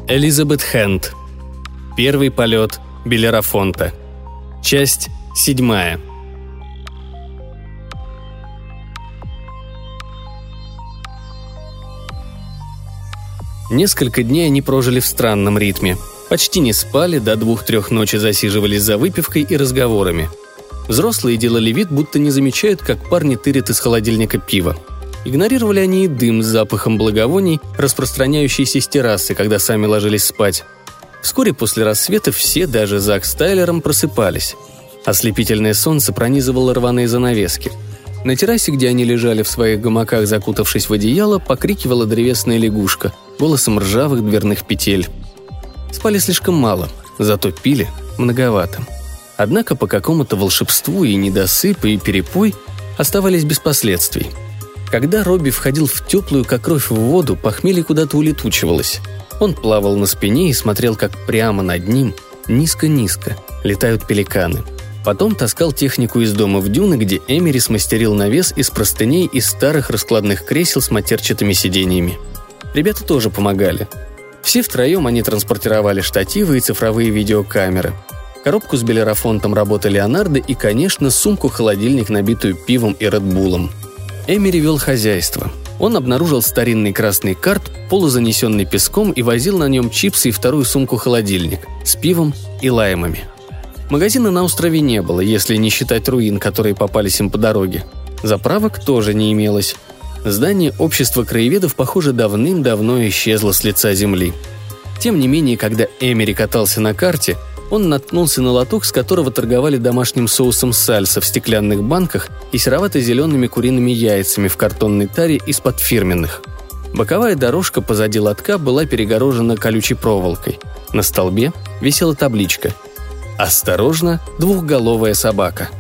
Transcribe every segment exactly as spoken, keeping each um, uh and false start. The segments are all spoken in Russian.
Элизабет Хэнд. Первый полет Белерафонта. Часть седьмая. Несколько дней они прожили в странном ритме. Почти не спали, до двух-трех ночи засиживались за выпивкой и разговорами. Взрослые делали вид, будто не замечают, как парни тырят из холодильника пиво. Игнорировали они и дым с запахом благовоний, распространяющийся с террасы, когда сами ложились спать. Вскоре после рассвета все, даже Зак с Тайлером, просыпались. Ослепительное солнце пронизывало рваные занавески. На террасе, где они лежали в своих гамаках, закутавшись в одеяло, покрикивала древесная лягушка голосом ржавых дверных петель. Спали слишком мало, зато пили многовато. Однако по какому-то волшебству и недосып, и перепой оставались без последствий. Когда Робби входил в теплую, как кровь, в воду, похмелье куда-то улетучивалось. Он плавал на спине и смотрел, как прямо над ним, низко-низко, летают пеликаны. Потом таскал технику из дома в дюны, где Эмери смастерил навес из простыней и старых раскладных кресел с матерчатыми сиденьями. Ребята тоже помогали. Все втроем они транспортировали штативы и цифровые видеокамеры. Коробку с Белерафонтом работали Леонардо и, конечно, сумку-холодильник, набитую пивом и Редбулом. Эмери вел хозяйство. Он обнаружил старинный красный карт, полузанесенный песком, и возил на нем чипсы и вторую сумку-холодильник с пивом и лаймами. Магазина на острове не было, если не считать руин, которые попались им по дороге. Заправок тоже не имелось. Здание общества краеведов, похоже, давным-давно исчезло с лица земли. Тем не менее, когда Эмери катался на карте, он наткнулся на лоток, с которого торговали домашним соусом сальса в стеклянных банках и серовато-зелеными куриными яйцами в картонной таре из-под фирменных. Боковая дорожка позади лотка была перегорожена колючей проволокой. На столбе висела табличка «Осторожно, двухголовая собака».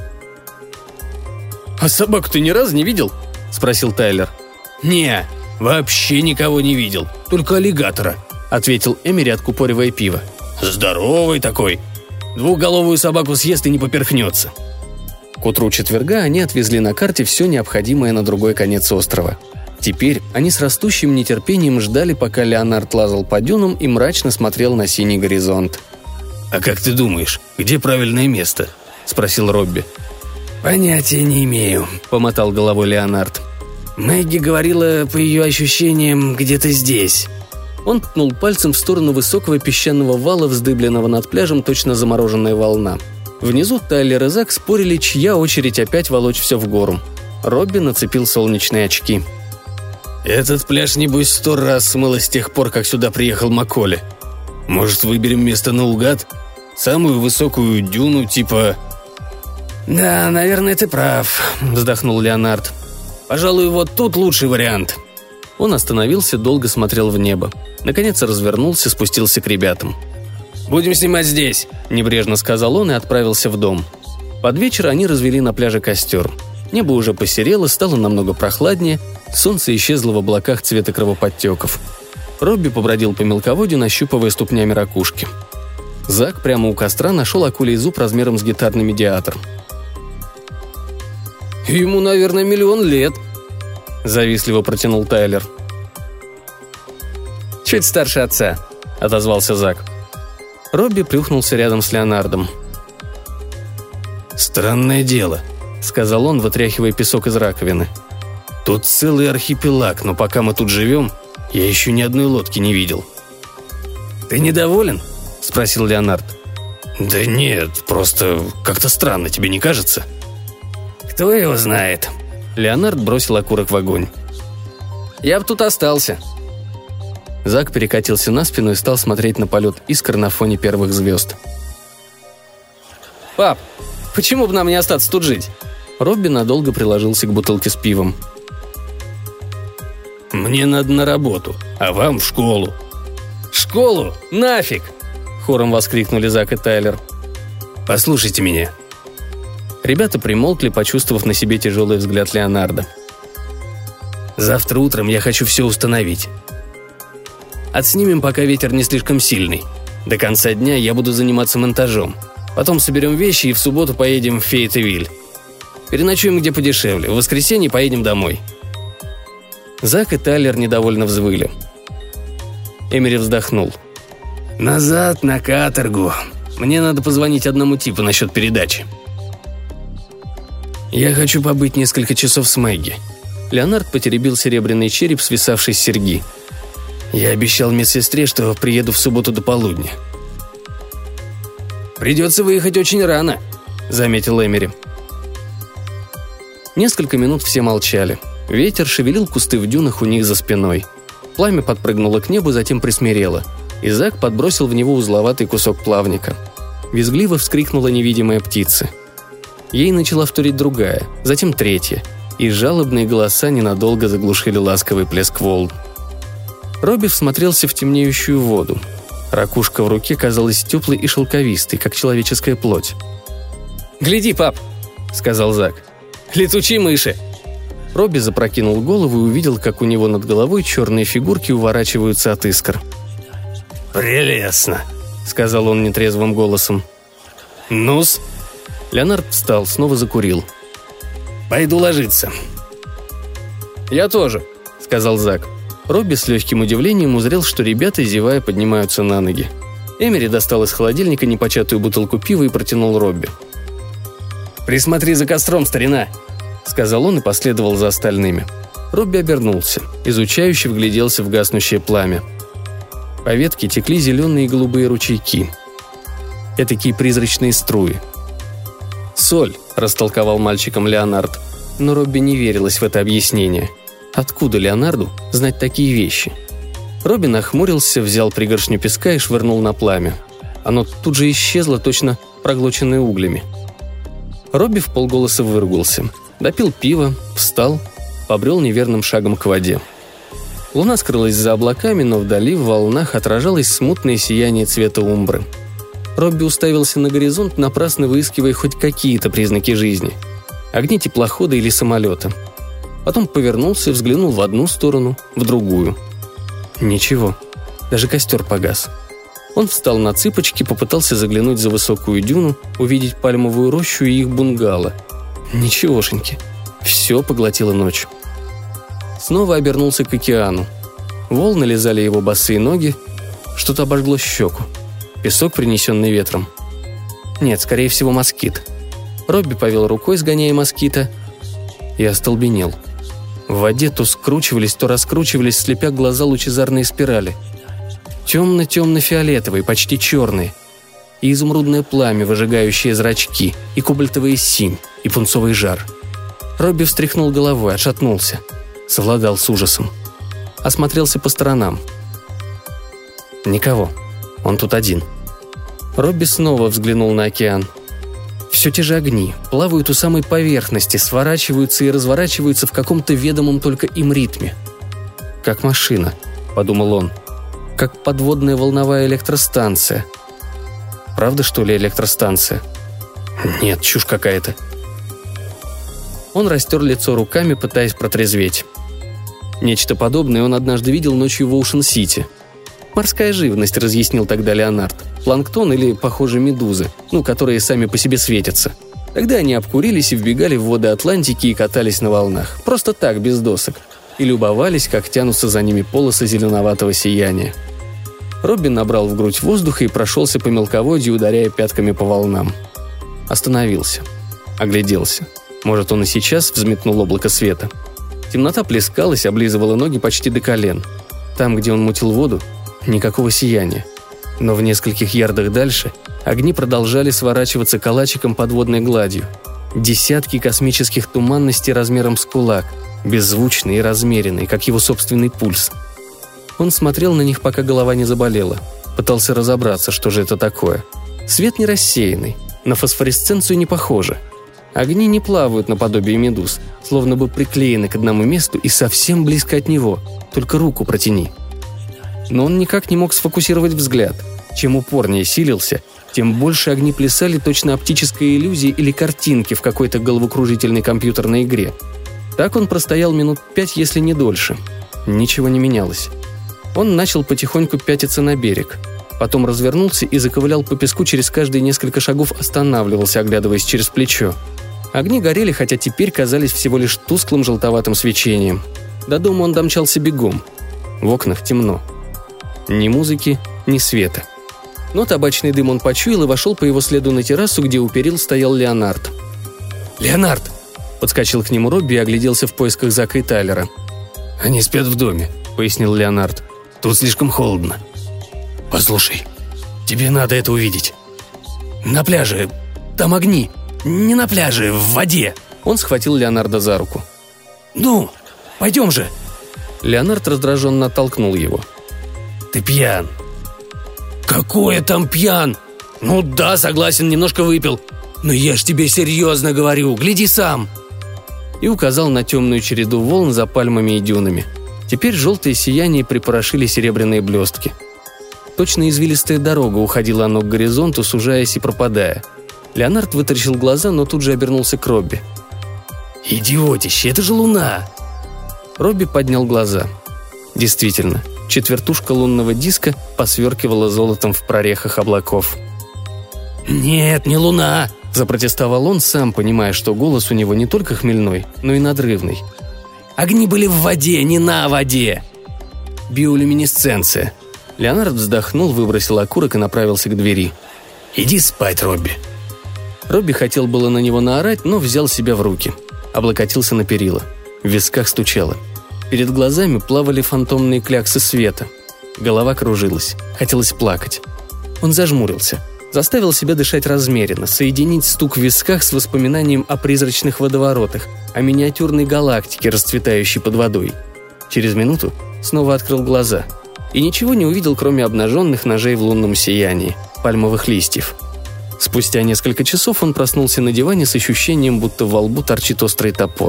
«А собаку ты ни разу не видел?» – спросил Тайлер. «Не, вообще никого не видел, только аллигатора», – ответил Эмери, откупоривая пиво. «Здоровый такой. Двухголовую собаку съест и не поперхнется». К утру четверга они отвезли на карте все необходимое на другой конец острова. Теперь они с растущим нетерпением ждали, пока Леонард лазал по дюнам и мрачно смотрел на синий горизонт. «А как ты думаешь, где правильное место?» – спросил Робби. «Понятия не имею», – помотал головой Леонард. «Мэгги говорила, по ее ощущениям, где-то здесь». Он ткнул пальцем в сторону высокого песчаного вала, вздыбленного над пляжем точно замороженная волна. Внизу Тайлер и Зак спорили, чья очередь опять волочь все в гору. Робби нацепил солнечные очки. «Этот пляж, небось, сто раз смыло с тех пор, как сюда приехал Макколи. Может, выберем место наугад? Самую высокую дюну, типа...» «Да, наверное, ты прав», — вздохнул Леонард. «Пожалуй, вот тут лучший вариант». Он остановился, долго смотрел в небо. Наконец развернулся, спустился к ребятам. «Будем снимать здесь», – небрежно сказал он и отправился в дом. Под вечер они развели на пляже костер. Небо уже посерело, стало намного прохладнее, солнце исчезло в облаках цвета кровоподтеков. Робби побродил по мелководью, нащупывая ступнями ракушки. Зак прямо у костра нашел акулий зуб размером с гитарный медиатор. «Ему, наверное, миллион лет», – завистливо протянул Тайлер. «Чуть старше отца», — отозвался Зак. Робби плюхнулся рядом с Леонардом. «Странное дело», — сказал он, вытряхивая песок из раковины. «Тут целый архипелаг, но пока мы тут живем, я еще ни одной лодки не видел». «Ты недоволен?» — спросил Леонард. «Да нет, просто как-то странно, тебе не кажется?» «Кто его знает?» Леонард бросил окурок в огонь. «Я бы тут остался». Зак перекатился на спину и стал смотреть на полет искр на фоне первых звезд. «Пап, почему бы нам не остаться тут жить?» Робби надолго приложился к бутылке с пивом. «Мне надо на работу, а вам в школу». «Школу? Нафиг!» – хором воскликнули Зак и Тайлер. «Послушайте меня». Ребята примолкли, почувствовав на себе тяжелый взгляд Леонардо. «Завтра утром я хочу все установить. Отснимем, пока ветер не слишком сильный. До конца дня я буду заниматься монтажом. Потом соберем вещи и в субботу поедем в Фейетвиль. Переночуем где подешевле. В воскресенье поедем домой». Зак и Тайлер недовольно взвыли. Эмери вздохнул. «Назад на каторгу. Мне надо позвонить одному типу насчет передачи». «Я хочу побыть несколько часов с Мэгги». Леонард потеребил серебряный череп, свисавший с серьги. «Я обещал медсестре, что приеду в субботу до полудня». «Придется выехать очень рано», — заметил Эмери. Несколько минут все молчали. Ветер шевелил кусты в дюнах у них за спиной. Пламя подпрыгнуло к небу, затем присмирело. И Зак подбросил в него узловатый кусок плавника. Визгливо вскрикнула невидимая птица. Ей начала вторить другая, затем третья, и жалобные голоса ненадолго заглушили ласковый плеск волн. Робби всмотрелся в темнеющую воду. Ракушка в руке казалась теплой и шелковистой, как человеческая плоть. «Гляди, пап!» — сказал Зак. «Летучие мыши!» Робби запрокинул голову и увидел, как у него над головой черные фигурки уворачиваются от искр. «Прелестно!» — сказал он нетрезвым голосом. «Ну-с!» Леонард встал, снова закурил. «Пойду ложиться». «Я тоже», — сказал Зак. Робби с легким удивлением узрел, что ребята, зевая, поднимаются на ноги. Эмери достал из холодильника непочатую бутылку пива и протянул Робби. «Присмотри за костром, старина», — сказал он и последовал за остальными. Робби обернулся, изучающе вгляделся в гаснущее пламя. По ветке текли зеленые и голубые ручейки. Этакие призрачные струи. «Соль», — растолковал мальчиком Леонард, но Робби не верилось в это объяснение. Откуда Леонарду знать такие вещи? Робби нахмурился, взял пригоршню песка и швырнул на пламя. Оно тут же исчезло, точно проглоченное углями. Робби вполголоса выругался, допил пиво, встал, побрел неверным шагом к воде. Луна скрылась за облаками, но вдали в волнах отражалось смутное сияние цвета умбры. Робби уставился на горизонт, напрасно выискивая хоть какие-то признаки жизни. Огни теплохода или самолета. Потом повернулся, взглянул в одну сторону, в другую. Ничего, даже костер погас. Он встал на цыпочки, попытался заглянуть за высокую дюну, увидеть пальмовую рощу и их бунгало. Ничегошеньки, все поглотила ночь. Снова обернулся к океану. Волны лизали его босые ноги, что-то обожгло щеку. Песок, принесенный ветром. Нет, скорее всего, москит. Робби повел рукой, сгоняя москита, и остолбенел. В воде то скручивались, то раскручивались, слепя глаза лучезарные спирали. Темно-темно-фиолетовые, почти черные. И изумрудное пламя, выжигающее зрачки, и кобальтовая синь, и пунцовый жар. Робби встряхнул головой, отшатнулся. Совладал с ужасом. Осмотрелся по сторонам. Никого. Он тут один. Робби снова взглянул на океан. Все те же огни, плавают у самой поверхности, сворачиваются и разворачиваются в каком-то ведомом только им ритме. «Как машина», — подумал он. «Как подводная волновая электростанция». «Правда, что ли, электростанция?» «Нет, чушь какая-то». Он растер лицо руками, пытаясь протрезветь. Нечто подобное он однажды видел ночью в Оушен-Сити. «Морская живность», — разъяснил тогда Леонард. «Планктон или, похоже, медузы, ну, которые сами по себе светятся». Тогда они обкурились и вбегали в воды Атлантики и катались на волнах. Просто так, без досок. И любовались, как тянутся за ними полосы зеленоватого сияния. Робби набрал в грудь воздуха и прошелся по мелководью, ударяя пятками по волнам. Остановился. Огляделся. Может, он и сейчас взметнул облако света. Темнота плескалась, облизывала ноги почти до колен. Там, где он мутил воду, никакого сияния. Но в нескольких ярдах дальше огни продолжали сворачиваться калачиком под водной гладью. Десятки космических туманностей размером с кулак, беззвучные и размеренные, как его собственный пульс. Он смотрел на них, пока голова не заболела. Пытался разобраться, что же это такое. Свет не рассеянный, на фосфоресценцию не похоже. Огни не плавают наподобие медуз, словно бы приклеены к одному месту и совсем близко от него, только руку протяни. Но он никак не мог сфокусировать взгляд. Чем упорнее силился, тем больше огни плясали точно оптическая иллюзия или картинки в какой-то головокружительной компьютерной игре. Так он простоял минут пять, если не дольше. Ничего не менялось. Он начал потихоньку пятиться на берег. Потом развернулся и заковылял по песку, через каждые несколько шагов останавливался, оглядываясь через плечо. Огни горели, хотя теперь казались всего лишь тусклым желтоватым свечением. До дома он домчался бегом. В окнах темно. Ни музыки, ни света. Но табачный дым он почуял и вошел по его следу на террасу, где у перил стоял Леонард. «Леонард!» – подскочил к нему Робби и огляделся в поисках Зака и Тайлера. «Они спят в доме», – пояснил Леонард. «Тут слишком холодно». «Послушай, тебе надо это увидеть. На пляже. Там огни. Не на пляже, в воде». Он схватил Леонарда за руку. «Ну, пойдем же!» Леонард раздраженно оттолкнул его. «Ты пьян». «Какое там пьян? Ну да, согласен, немножко выпил. Но я ж тебе серьезно говорю, гляди сам!» И указал на темную череду волн за пальмами и дюнами. Теперь желтое сияние припорошили серебряные блестки. Точно извилистая дорога уходила оно к горизонту, сужаясь и пропадая. Леонард вытаращил глаза, но тут же обернулся к Робби. «Идиотище, это же луна!» Робби поднял глаза. Действительно, четвертушка лунного диска посверкивала золотом в прорехах облаков. «Нет, не луна!» – запротестовал он, сам понимая, что голос у него не только хмельной, но и надрывный. «Огни были в воде, не на воде!» «Биолюминесценция!» Леонард вздохнул, выбросил окурок и направился к двери. «Иди спать, Робби!» Робби хотел было на него наорать, но взял себя в руки. Облокотился на перила. В висках стучало. Перед глазами плавали фантомные кляксы света. Голова кружилась. Хотелось плакать. Он зажмурился. Заставил себя дышать размеренно, соединить стук в висках с воспоминанием о призрачных водоворотах, о миниатюрной галактике, расцветающей под водой. Через минуту снова открыл глаза. И ничего не увидел, кроме обнаженных ножей в лунном сиянии, пальмовых листьев. Спустя несколько часов он проснулся на диване с ощущением, будто во лбу торчит острый топор.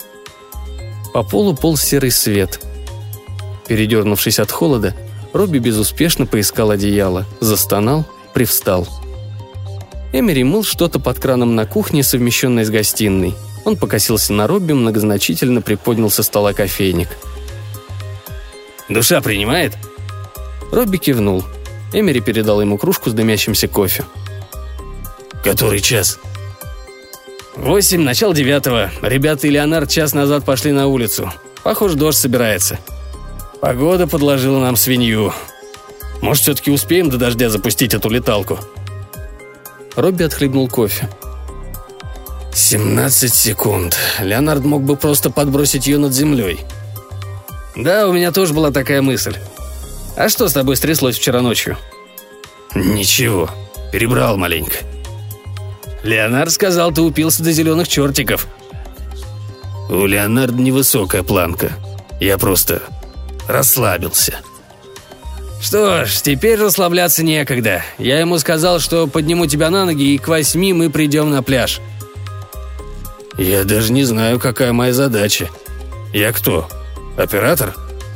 По полу полз серый свет. Передернувшись от холода, Робби безуспешно поискал одеяло, застонал, привстал. Эмери мыл что-то под краном на кухне, совмещенной с гостиной. Он покосился на Робби, многозначительно приподнял со стола кофейник. «Душа принимает?» Робби кивнул. Эмери передал ему кружку с дымящимся кофе. «Который час?» «Восемь, начало девятого. Ребята и Леонард час назад пошли на улицу. Похоже, дождь собирается. Погода подложила нам свинью. Может, все-таки успеем до дождя запустить эту леталку?» Робби отхлебнул кофе. «Семнадцать секунд. Леонард мог бы просто подбросить ее над землей». «Да, у меня тоже была такая мысль. А что с тобой стряслось вчера ночью?» «Ничего. Перебрал маленько». «Леонард сказал, ты упился до зеленых чертиков». «У Леонарда невысокая планка. Я просто расслабился». «Что ж, теперь расслабляться некогда. Я ему сказал, что подниму тебя на ноги, и к восьми мы придем на пляж». «Я даже не знаю, какая моя задача. Я кто? Оператор?»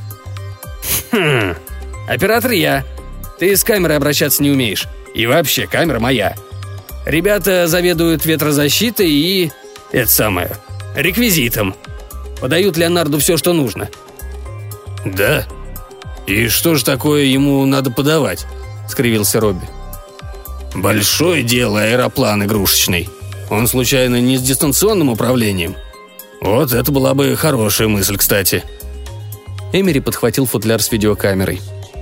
«Хм, оператор я. Ты с камерой обращаться не умеешь. И вообще, камера моя. Ребята заведуют ветрозащитой и... это самое... реквизитом. Подают Леонарду все, что нужно». «Да? И что же такое ему надо подавать?» – скривился Робби. «Большое дело аэроплан игрушечный. Он, случайно, не с дистанционным управлением? Вот это была бы хорошая мысль, кстати». Эмери подхватил футляр с видеокамерой.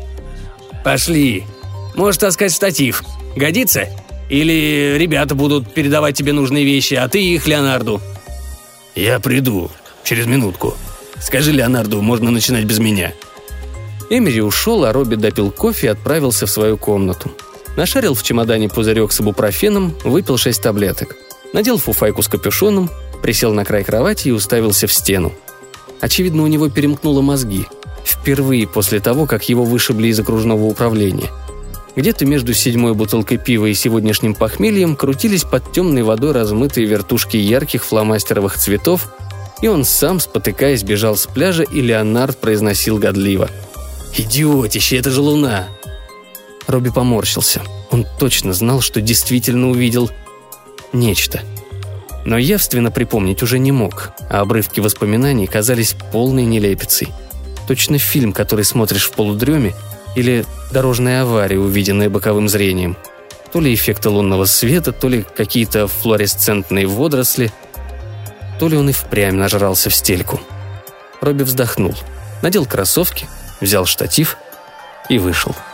«Пошли. Можешь таскать штатив. Годится? Или ребята будут передавать тебе нужные вещи, а ты их Леонарду». «Я приду. Через минутку. Скажи Леонарду, можно начинать без меня». Эмери ушел, а Робби допил кофе и отправился в свою комнату. Нашарил в чемодане пузырек с ибупрофеном, выпил шесть таблеток. Надел фуфайку с капюшоном, присел на край кровати и уставился в стену. Очевидно, у него перемкнуло мозги. Впервые после того, как его вышибли из окружного управления. Где-то между седьмой бутылкой пива и сегодняшним похмельем крутились под темной водой размытые вертушки ярких фломастеровых цветов, и он сам, спотыкаясь, бежал с пляжа, и Леонард произносил годливо: «Идиотище, это же луна!» Робби поморщился. Он точно знал, что действительно увидел нечто. Но явственно припомнить уже не мог, а обрывки воспоминаний казались полной нелепицей. Точно фильм, который смотришь в полудреме, или дорожная авария, увиденная боковым зрением. То ли эффекты лунного света, то ли какие-то флуоресцентные водоросли, то ли он и впрямь нажрался в стельку. Робби вздохнул, надел кроссовки, взял штатив и вышел.